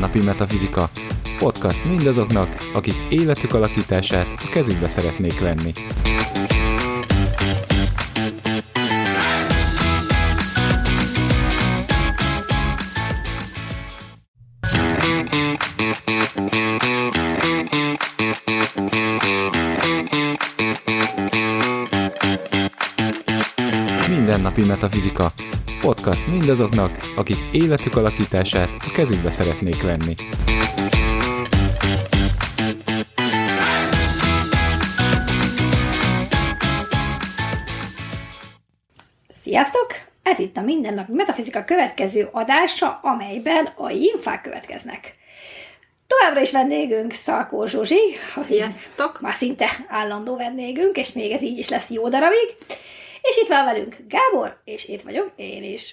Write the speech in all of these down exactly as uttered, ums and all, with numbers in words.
Mindennapi metafizika. Podcast mindazoknak, akik életük alakítását a kezükbe szeretnék venni. Mindennapi metafizika. Podcast mindazoknak, akik életük alakítását a kezükbe szeretnék venni. Sziasztok! Ez itt a Mindennapi metafizika következő adása, amelyben a yin-fák következnek. Továbbra is vendégünk Szalkó Zsuzsi. Sziasztok! Már szinte állandó vendégünk, és még ez így is lesz jó darabig. És itt van velünk Gábor, és itt vagyok én is.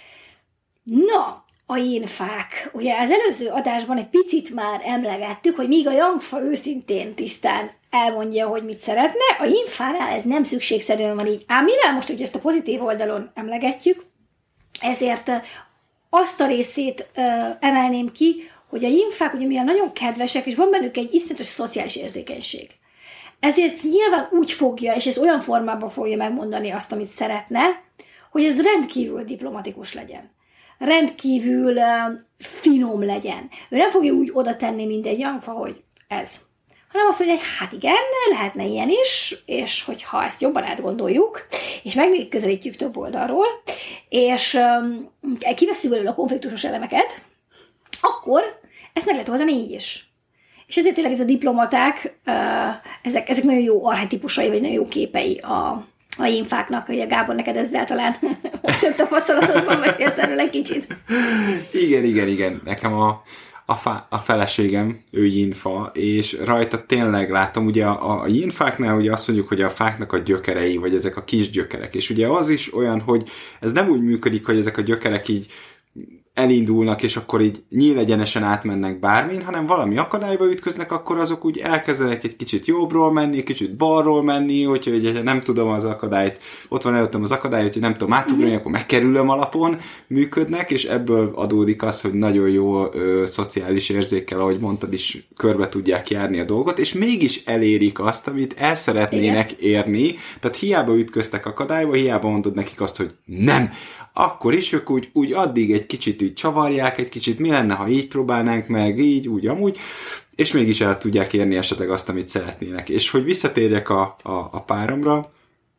Na, a yin-fák. Ugye az előző adásban egy picit már emlegettük, hogy míg a yang-fa őszintén tisztán elmondja, hogy mit szeretne, a yin-fánál ez nem szükségszerűen van így. Ám mivel most ugye ezt a pozitív oldalon emlegetjük, ezért azt a részét ö, emelném ki, hogy a yin-fák ugye milyen nagyon kedvesek, és van bennük egy iszonyatos szociális érzékenység. Ezért nyilván úgy fogja, és ez olyan formában fogja megmondani azt, amit szeretne, hogy ez rendkívül diplomatikus legyen. Rendkívül uh, finom legyen. Ő nem fogja úgy oda tenni, mint egy yang-fa, hogy ez. Hanem azt mondja, hogy hát igen, lehetne ilyen is, és hogyha ezt jobban átgondoljuk, és megközelítjük több oldalról, és um, kivesszük belőle a konfliktusos elemeket, akkor ezt meg lehet oldani így is. És ezért tényleg ez a diplomaták, ezek, ezek nagyon jó archetípusai, vagy nagyon jó képei a, a yin-fáknak. Ugye Gábor, neked ezzel talán több tapasztalatod van, vagy élsz erről egy kicsit. Igen, igen, igen. Nekem a, a, fa, a feleségem, ő yin-fa, és rajta tényleg látom, ugye a, a yin-fáknál ugye azt mondjuk, hogy a fáknak a gyökerei, vagy ezek a kis gyökerek. És ugye az is olyan, hogy ez nem úgy működik, hogy ezek a gyökerek így elindulnak, és akkor így nyílegyenesen átmennek bármin, hanem valami akadályba ütköznek, akkor azok úgy elkezdenek egy kicsit jobbról menni, kicsit balról menni, hogyha nem tudom az akadályt, ott van előttem az akadály, hogyha nem tudom átugrani, mm-hmm. akkor megkerülöm alapon működnek, és ebből adódik az, hogy nagyon jó ö, szociális érzékkel, ahogy mondtad is, körbe tudják járni a dolgot, és mégis elérik azt, amit el szeretnének igen. érni, tehát hiába ütköztek akadályba, hiába mondod nekik azt, hogy nem, akkor is ők úgy, úgy addig egy kicsit így csavarják, egy kicsit mi lenne, ha így próbálnánk meg, így, úgy, amúgy, és mégis el tudják érni esetleg azt, amit szeretnének. És hogy visszatérjek a, a, a páromra,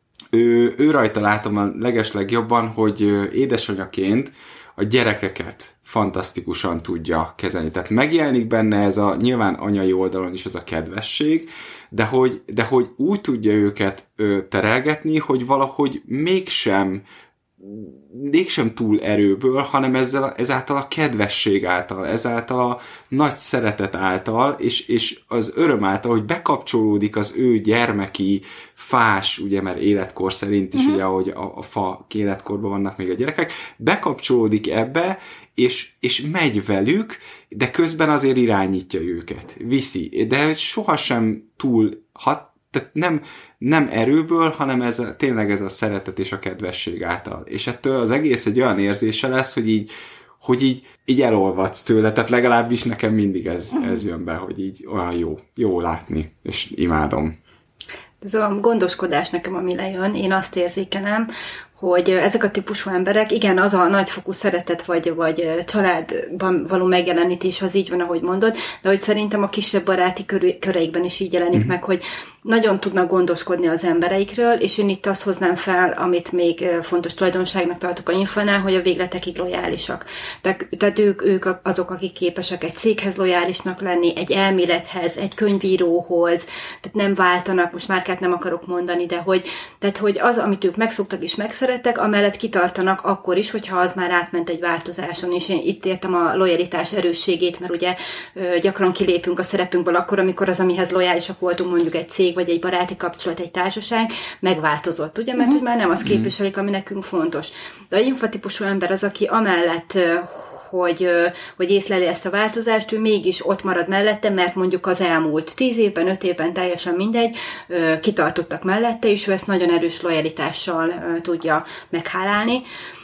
ő, ő rajta látom a legeslegjobban, hogy édesanyaként a gyerekeket fantasztikusan tudja kezelni. Tehát megjelenik benne ez a, nyilván anyai oldalon is ez a kedvesség, de hogy, de hogy úgy tudja őket ö, terelgetni, hogy valahogy mégsem mégsem túl erőből, hanem ezzel, ezáltal a kedvesség által, ezáltal a nagy szeretet által, és, és az öröm által, hogy bekapcsolódik az ő gyermeki fás, ugye, mert életkor szerint is, uh-huh. ugye, ahogy a, a fa életkorban vannak még a gyerekek, bekapcsolódik ebbe, és, és megy velük, de közben azért irányítja őket, viszi, de sohasem túl hat, tehát nem, nem erőből, hanem ez a, tényleg ez a szeretet és a kedvesség által. És ettől az egész egy olyan érzése lesz, hogy így, hogy így, így elolvadsz tőle, tehát legalábbis nekem mindig ez, ez jön be, hogy így olyan jó, jó látni, és imádom. Ez a gondoskodás nekem, ami lejön, én azt érzékelem, hogy ezek a típusú emberek, igen, az a nagyfokú szeretet vagy, vagy családban való megjelenítés, az így van, ahogy mondod, de hogy szerintem a kisebb baráti körül, köreikben is így jelenik mm. meg, hogy nagyon tudnak gondoskodni az embereikről, és én itt azt hoznám fel, amit még fontos tulajdonságnak tartok a yin-fánál, hogy a végletekig lojálisak. Tehát, tehát ők, ők azok, akik képesek egy céghez lojálisnak lenni, egy elmélethez, egy könyvíróhoz, tehát nem váltanak, most márkát nem akarok mondani, de hogy, tehát, hogy az, amit ők megszoktak és megszerettek, amellett kitartanak akkor is, hogyha az már átment egy változáson, és én itt értem a lojalitás erősségét, mert ugye gyakran kilépünk a szerepünkből akkor, amikor az, amihez lojálisak voltunk, mondjuk egy cég, vagy egy baráti kapcsolat, egy társaság, megváltozott, ugye? Mert uh-huh. hogy már nem az képviselik, ami nekünk fontos. De a yin-fa típusú ember az, aki amellett, hogy, hogy észleli ezt a változást, ő mégis ott marad mellette, mert mondjuk az elmúlt tíz évben, öt évben, teljesen mindegy, kitartottak mellette, és ő ezt nagyon erős lojalitással tudja meghálálni.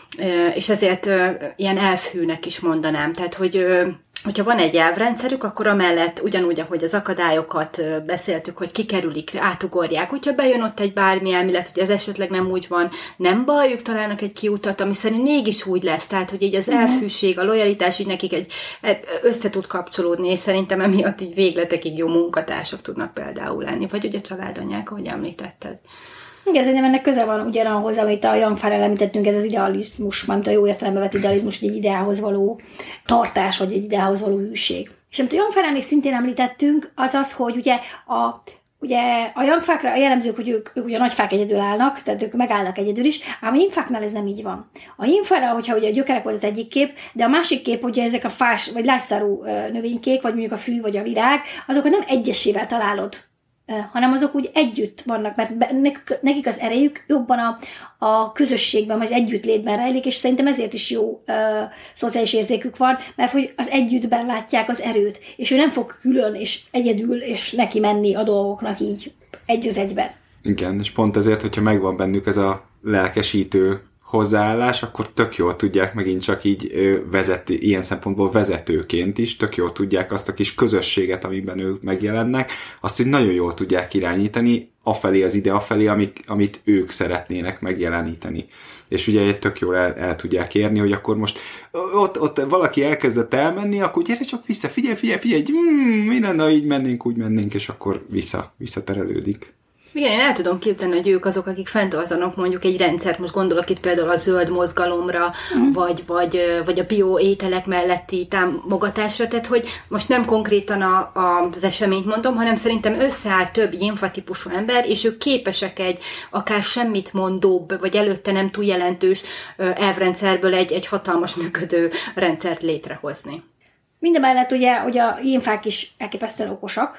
és ezért ilyen elfhűnek is mondanám. Tehát, hogy hogyha van egy elvrendszerük, akkor amellett ugyanúgy, ahogy az akadályokat beszéltük, hogy kikerülik, átugorják. Hogyha bejön ott egy bármi elmélet, hogy ez esetleg nem úgy van, nem baj, ők találnak egy kiutat, ami szerint mégis úgy lesz. Tehát, hogy így az elfűség, a lojalitás így nekik egy, össze tud kapcsolódni, és szerintem emiatt így végletekig jó munkatársak tudnak például lenni. Vagy ugye családanyák, ahogy említetted. Igen, szerintem ennek köze van ugyanahhoz, amit a Young Farrell említettünk, ez az idealizmus, mármint a jó értelembe vett idealizmus, hogy egy ideához való tartás, vagy egy ideához való hűség. És amit a Young Farrell még szintén említettünk, az az, hogy ugye a, ugye a Young Fákra jellemzők, hogy ők, ők ugye a nagy fák egyedül állnak, tehát ők megállnak egyedül is, ám a Young Fáknál ez nem így van. A Young Farrell, hogyha ugye a gyökerek volt az egyik kép, de a másik kép, ugye ezek a fás, vagy lágyszárú növénykék, vagy mondjuk a fű, vagy a virág, azokat nem egyesével találod, hanem azok úgy együtt vannak, mert nekik az erejük jobban a, a közösségben, vagy az együttlétben rejlik, és szerintem ezért is jó uh, szociális érzékük van, mert hogy az együttben látják az erőt, és ő nem fog külön és egyedül és neki menni a dolgoknak így egy az egyben. Igen, és pont ezért, hogyha megvan bennük ez a lelkesítő hozzáállás, akkor tök jól tudják megint csak így vezetni, ilyen szempontból vezetőként is, tök jól tudják azt a kis közösséget, amiben ők megjelennek, azt, hogy nagyon jól tudják irányítani afelé az ide, afelé, amik, amit ők szeretnének megjeleníteni. És ugye tök jól el, el tudják érni, hogy akkor most ott, ott valaki elkezdett elmenni, akkor gyere csak vissza, figyelj, figyelj, figyelj, hmm, mi lenne, így mennénk, úgy mennénk, és akkor vissza, visszaterelődik. Igen, én el tudom képzelni, hogy ők azok, akik fenntartanak mondjuk egy rendszert, most gondolok itt például a zöld mozgalomra, mm. vagy, vagy, vagy a bioételek melletti támogatásra, tehát hogy most nem konkrétan a, a, az eseményt mondom, hanem szerintem összeáll több Yinfa típusú ember, és ők képesek egy akár semmit mondóbb, vagy előtte nem túl jelentős elvrendszerből egy, egy hatalmas működő rendszert létrehozni. Mindemellett ugye, hogy a Yinfák is elképesztően okosak,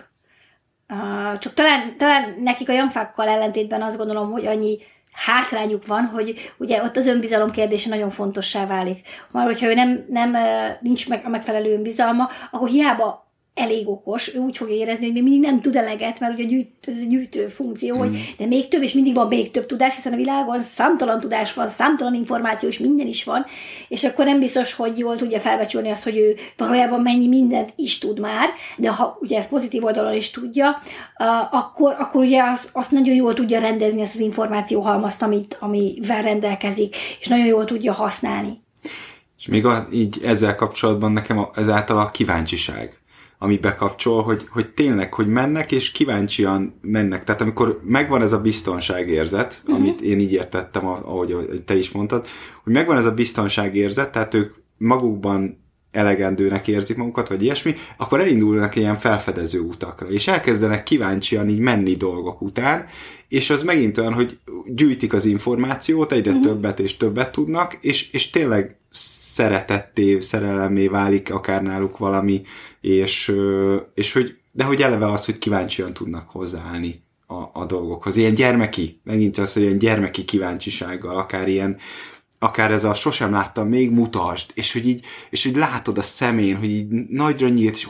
Uh, csak talán, talán nekik a Young-fákkal ellentétben azt gondolom, hogy annyi hátrányuk van, hogy ugye ott az önbizalom kérdése nagyon fontossá válik. Már hogyha ő nem, nem nincs meg a megfelelő önbizalma, akkor hiába elég okos, ő úgy fogja érezni, hogy még mindig nem tud eleget, mert ugye a gyűjt, ez a gyűjtő funkció, mm. hogy de még több, és mindig van még több tudás, hiszen a világon számtalan tudás van, számtalan információ, és minden is van, és akkor nem biztos, hogy jól tudja felbecsülni azt, hogy ő valójában mennyi mindent is tud már, de ha ugye ezt pozitív oldalon is tudja, akkor, akkor ugye az, azt nagyon jól tudja rendezni, ezt az információhalmazt, amit, amivel rendelkezik, és nagyon jól tudja használni. És még a, így ezzel kapcsolatban nekem a, ezáltal a kíváncsiság, ami bekapcsol, hogy, hogy tényleg, hogy mennek, és kíváncsian mennek. Tehát amikor megvan ez a biztonságérzet, uh-huh. amit én így értettem, ahogy te is mondtad, hogy megvan ez a biztonságérzet, tehát ők magukban elegendőnek érzik magukat, vagy ilyesmi, akkor elindulnak ilyen felfedező utakra, és elkezdenek kíváncsian így menni dolgok után, és az megint olyan, hogy gyűjtik az információt, egyre uh-huh. többet és többet tudnak, és, és tényleg szeretetté, szerelemmé válik akár náluk valami, és, és hogy, de hogy eleve az, hogy kíváncsian tudnak hozzáállni a, a dolgokhoz. Ilyen gyermeki, megint az, hogy ilyen gyermeki kíváncsisággal, akár ilyen, akár ez a sosem láttam, még mutasd, és hogy így, és hogy látod a szemén, hogy így nagyra nyílt, és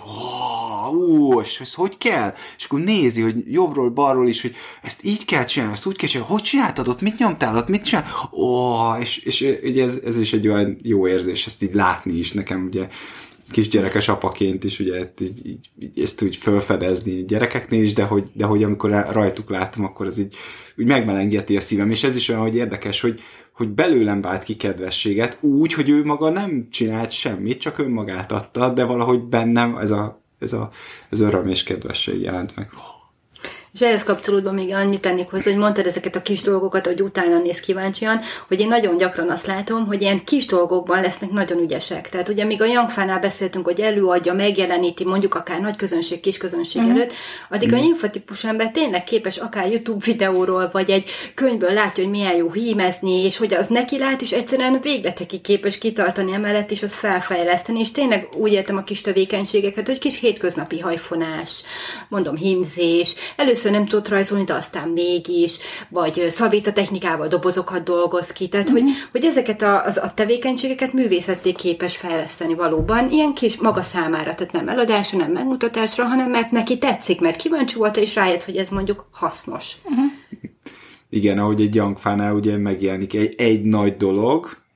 ó, és ez hogy kell? És akkor nézi, hogy jobbról, balról is, hogy ezt így kell csinálni, ezt úgy kell csinálni, hogy csináltad ott, mit nyomtál ott, mit csinál? Ó, és, és ugye ez, ez is egy olyan jó érzés, ezt így látni is nekem, ugye kisgyerekes apaként is, ugye így, így, így, ezt úgy felfedezni gyerekeknél is, de hogy, de hogy amikor rajtuk látom, akkor ez így úgy megmelengeti a szívem, és ez is olyan, hogy érdekes, hogy, hogy belőlem vált ki kedvességet, úgy, hogy ő maga nem csinált semmit, csak önmagát adta, de valahogy bennem ez a ez a ez öröm és kedvesség jelent meg. És ehhez kapcsolódva még annyit tennék hozzá, hogy mondtad ezeket a kis dolgokat, hogy utána néz kíváncsian, hogy én nagyon gyakran azt látom, hogy ilyen kis dolgokban lesznek nagyon ügyesek. Tehát ugye még a Young-fánál beszéltünk, hogy előadja, megjeleníti, mondjuk akár nagy közönség, kis közönség uh-huh. előtt, addig uh-huh. a Yinfa típus ember tényleg képes akár YouTube videóról, vagy egy könyvből látja, hogy milyen jó hímezni, és hogy az neki lát, és egyszerűen végletekig képes kitartani emellett, és az felfejleszteni, és tényleg úgy értem a kis tevékenységeket, hogy kis hétköznapi hajfonás, mondom, hímzés, először nem tudott rajzolni, de aztán mégis, vagy szabít a technikával, dobozokat dolgoz ki, tehát mm-hmm. hogy, hogy ezeket a, az, a tevékenységeket művészetté képes fejleszteni valóban, ilyen kis maga számára, tehát nem eladásra, nem megmutatásra, hanem mert neki tetszik, mert kíváncsi volt, és rájött, hogy ez mondjuk hasznos. Mm-hmm. Igen, ahogy egy Young-fánál ugye megjelenik egy, egy nagy dolog,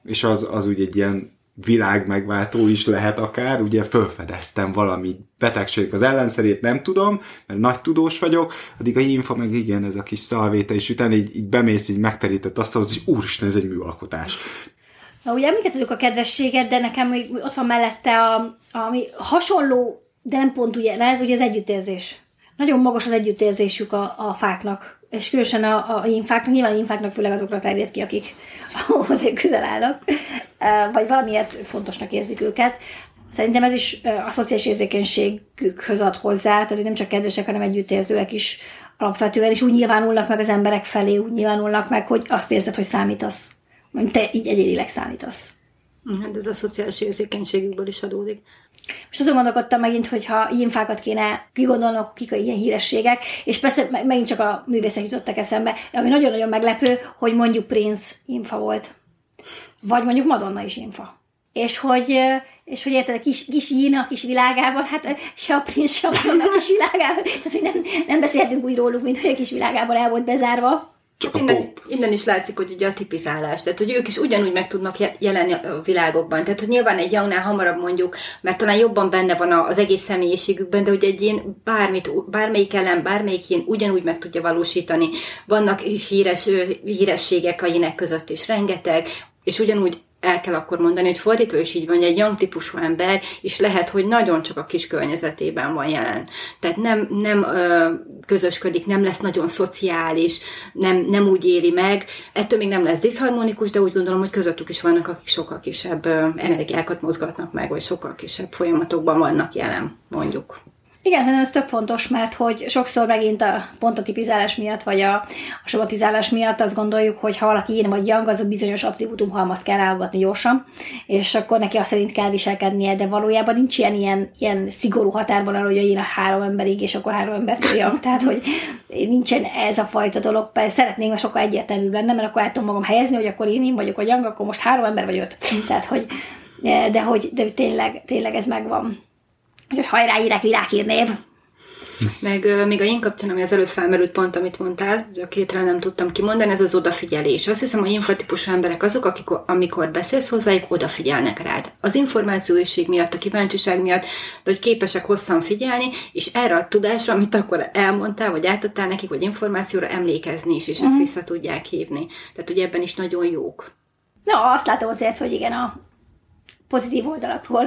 és az, az úgy egy ilyen világ megváltó is lehet akár, ugye fölfedeztem valami betegség az ellenszerét, nem tudom, mert nagy tudós vagyok, addig a hímfa meg igen, ez a kis szalvéta, és utána így, így bemész, így megterített asztalhoz, és úristen, ez egy műalkotás. Na, ugye emlékeztetünk a kedvességet, de nekem még ott van mellette a, ami hasonló, de nem pont ugye, ez ugye az együttérzés. Nagyon magas az együttérzésük a, a fáknak, és különösen a, a infáknak, nyilván a infáknak főleg azokra terjed ki, akik hozzá közel állnak, vagy valamiért fontosnak érzik őket. Szerintem ez is a szociális érzékenységükhöz ad hozzá, tehát hogy nem csak kedvesek, hanem együttérzőek is alapvetően, és úgy nyilvánulnak meg az emberek felé, úgy nyilvánulnak meg, hogy azt érzed, hogy számítasz. Te így egyénileg számítasz. Hát ez a szociális érzékenységükből is adódik. Most azon gondolkodtam megint, hogyha infákat kéne kigondolnok, kik a ilyen hírességek, és persze megint csak a művészek jutottak eszembe, ami nagyon-nagyon meglepő, hogy mondjuk Prince infa volt. Vagy mondjuk Madonna is infa. És hogy, és hogy érted, a kis, kis Jína a kis világában, hát se a Prince, se a Madonna a kis világában, tehát hogy nem, nem beszélhetünk úgy róluk, mint hogy a kis világában el volt bezárva. Csak a innen, pop. innen is látszik, hogy ugye a tipizálás, tehát hogy ők is ugyanúgy meg tudnak jelenni a világokban. Tehát, hogy nyilván egy Youngnál hamarabb mondjuk, mert talán jobban benne van az egész személyiségükben, de hogy egy ilyen bármit, bármelyik ellen, bármelyik ilyen ugyanúgy meg tudja valósítani. Vannak híres, hírességek a ilyenek között is rengeteg, és ugyanúgy el kell akkor mondani, hogy fordítva is így van, hogy egy Young típusú ember is lehet, hogy nagyon csak a kis környezetében van jelen. Tehát nem, nem ö, közösködik, nem lesz nagyon szociális, nem, nem úgy éli meg. Ettől még nem lesz diszharmonikus, de úgy gondolom, hogy közöttük is vannak, akik sokkal kisebb ö, energiákat mozgatnak meg, vagy sokkal kisebb folyamatokban vannak jelen, mondjuk. Igen, szerintem ez tök fontos, mert hogy sokszor megint a, pont a tipizálás miatt, vagy a, a somatizálás miatt azt gondoljuk, hogy ha valaki yin vagy yang, az a bizonyos attribútumhalmazt kell ráagatni gyorsan, és akkor neki azt szerint kell viselkednie, de valójában nincs ilyen, ilyen, ilyen szigorú határvonal, hogy a yin a három emberig, és akkor három embertől yang. Tehát, hogy nincsen ez a fajta dolog. Persze szeretnénk, mert sokkal egyértelműbb lenne, mert akkor el tudom magam helyezni, hogy akkor én yin vagyok, vagy yang, akkor most három ember vagy öt. Tehát, hogy, de hogy de tényleg, tényleg ez megvan. Hogy hajráírák világhírnév. Meg uh, még a én kapcsán, ami az előbb felmerült pont, amit mondtál, a kétre nem tudtam kimondani, ez az odafigyelés. Azt hiszem, hogy infotípusú emberek azok, akik amikor beszélsz hozzájuk, odafigyelnek rád. Az információiség miatt, a kíváncsiság miatt, de hogy képesek hosszan figyelni, és erre a tudásra, amit akkor elmondtál, vagy átadtál nekik, vagy információra emlékezni is, és uh-huh. ezt vissza tudják hívni. Tehát, hogy ebben is nagyon jók. Na, azt látom azért, hogy igen, a pozitív oldalakról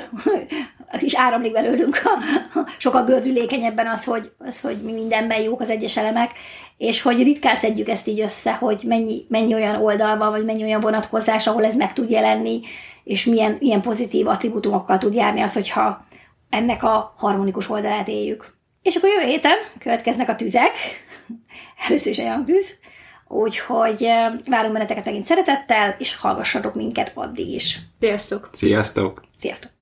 is áramlik belőlünk a, a sokkal gördülékenyebben az, hogy, az, hogy mi mindenben jók az egyes elemek, és hogy ritkán szedjük ezt így össze, hogy mennyi, mennyi olyan oldal van, vagy mennyi olyan vonatkozás, ahol ez meg tud jelenni, és milyen, milyen pozitív attribútumokkal tud járni az, hogyha ennek a harmonikus oldalát éljük. És akkor jövő héten következnek a tüzek, először is a Yang tűz, úgyhogy várunk benneteket megint szeretettel, és hallgassatok minket addig is. Sziasztok! Sziasztok! Sziasztok!